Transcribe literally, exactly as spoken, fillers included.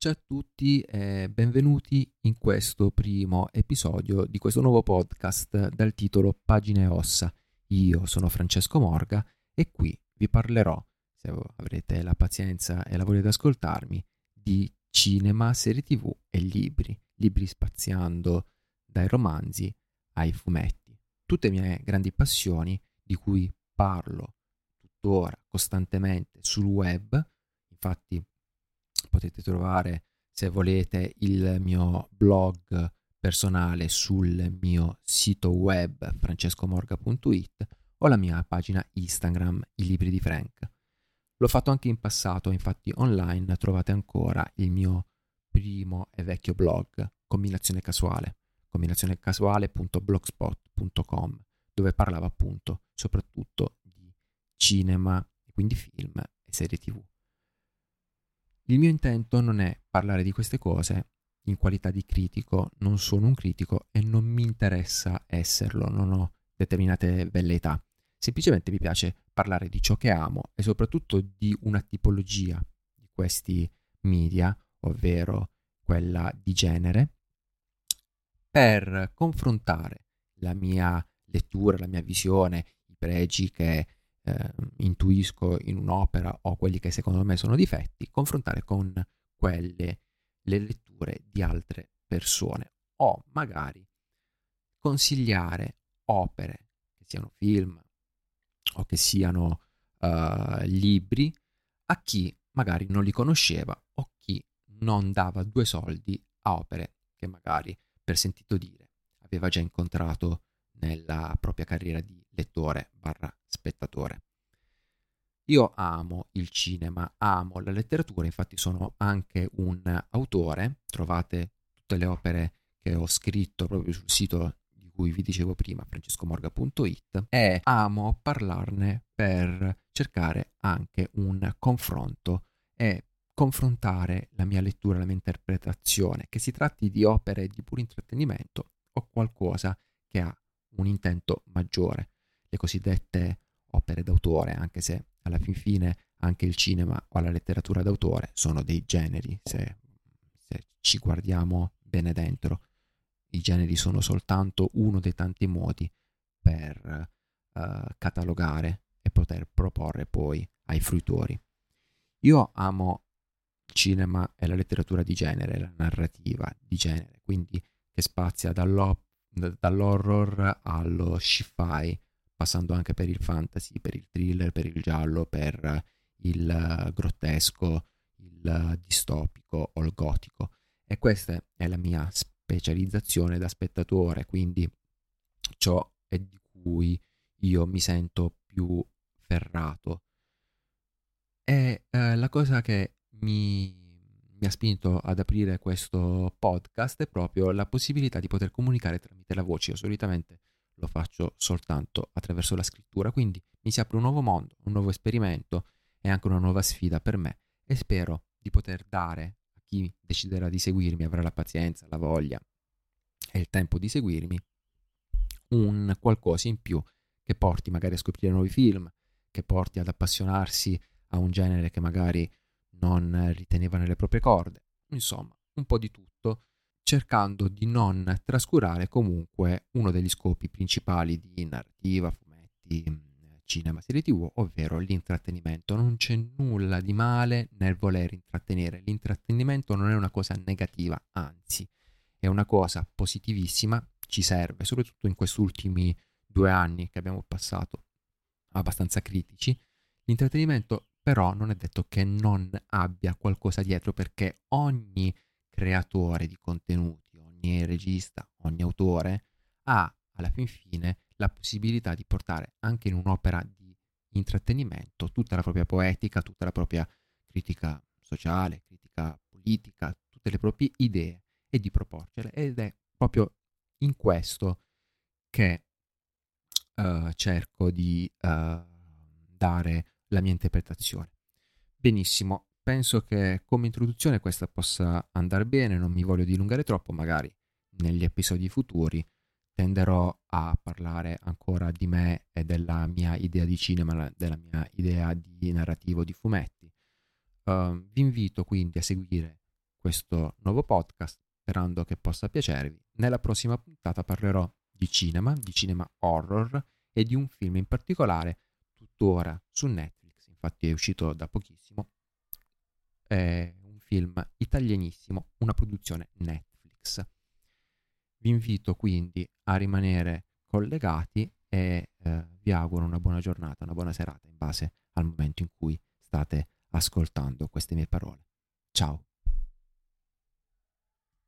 Ciao a tutti e benvenuti in questo primo episodio di questo nuovo podcast dal titolo Pagine e Ossa. Io sono Francesco Morga e qui vi parlerò, se avrete la pazienza e la voglia di ascoltarmi, di cinema, serie tv e libri, libri spaziando dai romanzi ai fumetti. Tutte mie grandi passioni di cui parlo tuttora costantemente sul web. Infatti potete trovare, se volete, il mio blog personale sul mio sito web francescomorga punto it o la mia pagina Instagram, i libri di Frank. L'ho fatto anche in passato, infatti online trovate ancora il mio primo e vecchio blog, Combinazione Casuale, combinazione casuale punto blogspot punto com, dove parlavo appunto soprattutto di cinema, quindi film e serie tv. Il mio intento non è parlare di queste cose in qualità di critico, non sono un critico e non mi interessa esserlo, non ho determinate velleità. Semplicemente mi piace parlare di ciò che amo e soprattutto di una tipologia di questi media, ovvero quella di genere, per confrontare la mia lettura, la mia visione, i pregi che eh, intuisco in un'opera o quelli che secondo me sono difetti, confrontare con quelle le letture di altre persone o magari consigliare opere che siano film o che siano uh, libri a chi magari non li conosceva o chi non dava due soldi a opere che magari, per sentito dire, aveva già incontrato nella propria carriera di lettore barra spettatore. Io amo il cinema, amo la letteratura, infatti sono anche un autore, trovate tutte le opere che ho scritto proprio sul sito di cui vi dicevo prima, francescomorga punto it, e amo parlarne per cercare anche un confronto e confrontare la mia lettura, la mia interpretazione, che si tratti di opere di puro intrattenimento o qualcosa che ha un intento maggiore, le cosiddette opere d'autore, anche se alla fin fine anche il cinema o la letteratura d'autore sono dei generi, se, se ci guardiamo bene dentro. I generi sono soltanto uno dei tanti modi per uh, catalogare e poter proporre poi ai fruitori. Io amo il cinema e la letteratura di genere, la narrativa di genere, quindi che spazia dall'horror allo sci-fi, passando anche per il fantasy, per il thriller, per il giallo, per il grottesco, il distopico o il gotico. E questa è la mia specializzazione da spettatore, quindi ciò è di cui io mi sento più ferrato. E eh, la cosa che mi, mi ha spinto ad aprire questo podcast è proprio la possibilità di poter comunicare tramite la voce. Io solitamente lo faccio soltanto attraverso la scrittura, quindi mi si apre un nuovo mondo, un nuovo esperimento e anche una nuova sfida per me, e spero di poter dare a chi deciderà di seguirmi, avrà la pazienza, la voglia e il tempo di seguirmi, un qualcosa in più che porti magari a scoprire nuovi film, che porti ad appassionarsi a un genere che magari non riteneva nelle proprie corde, insomma un po' di tutto, cercando di non trascurare comunque uno degli scopi principali di narrativa, fumetti, cinema, serie tv, ovvero l'intrattenimento. Non c'è nulla di male nel voler intrattenere, l'intrattenimento non è una cosa negativa, anzi è una cosa positivissima, ci serve, soprattutto in questi ultimi due anni che abbiamo passato abbastanza critici. L'intrattenimento però non è detto che non abbia qualcosa dietro, perché ogni creatore di contenuti, ogni regista, ogni autore ha alla fin fine la possibilità di portare anche in un'opera di intrattenimento tutta la propria poetica, tutta la propria critica sociale, critica politica, tutte le proprie idee e di proporcele, ed è proprio in questo che uh, cerco di uh, dare la mia interpretazione. Benissimo, penso che come introduzione questa possa andare bene, non mi voglio dilungare troppo, magari negli episodi futuri tenderò a parlare ancora di me e della mia idea di cinema, della mia idea di narrativo di fumetti. Uh, vi invito quindi a seguire questo nuovo podcast, sperando che possa piacervi. Nella prossima puntata parlerò di cinema, di cinema horror e di un film in particolare, tuttora su Netflix, infatti è uscito da pochissimo, è un film italianissimo, una produzione Netflix. Vi invito quindi a rimanere collegati e eh, vi auguro una buona giornata, una buona serata in base al momento in cui state ascoltando queste mie parole. Ciao!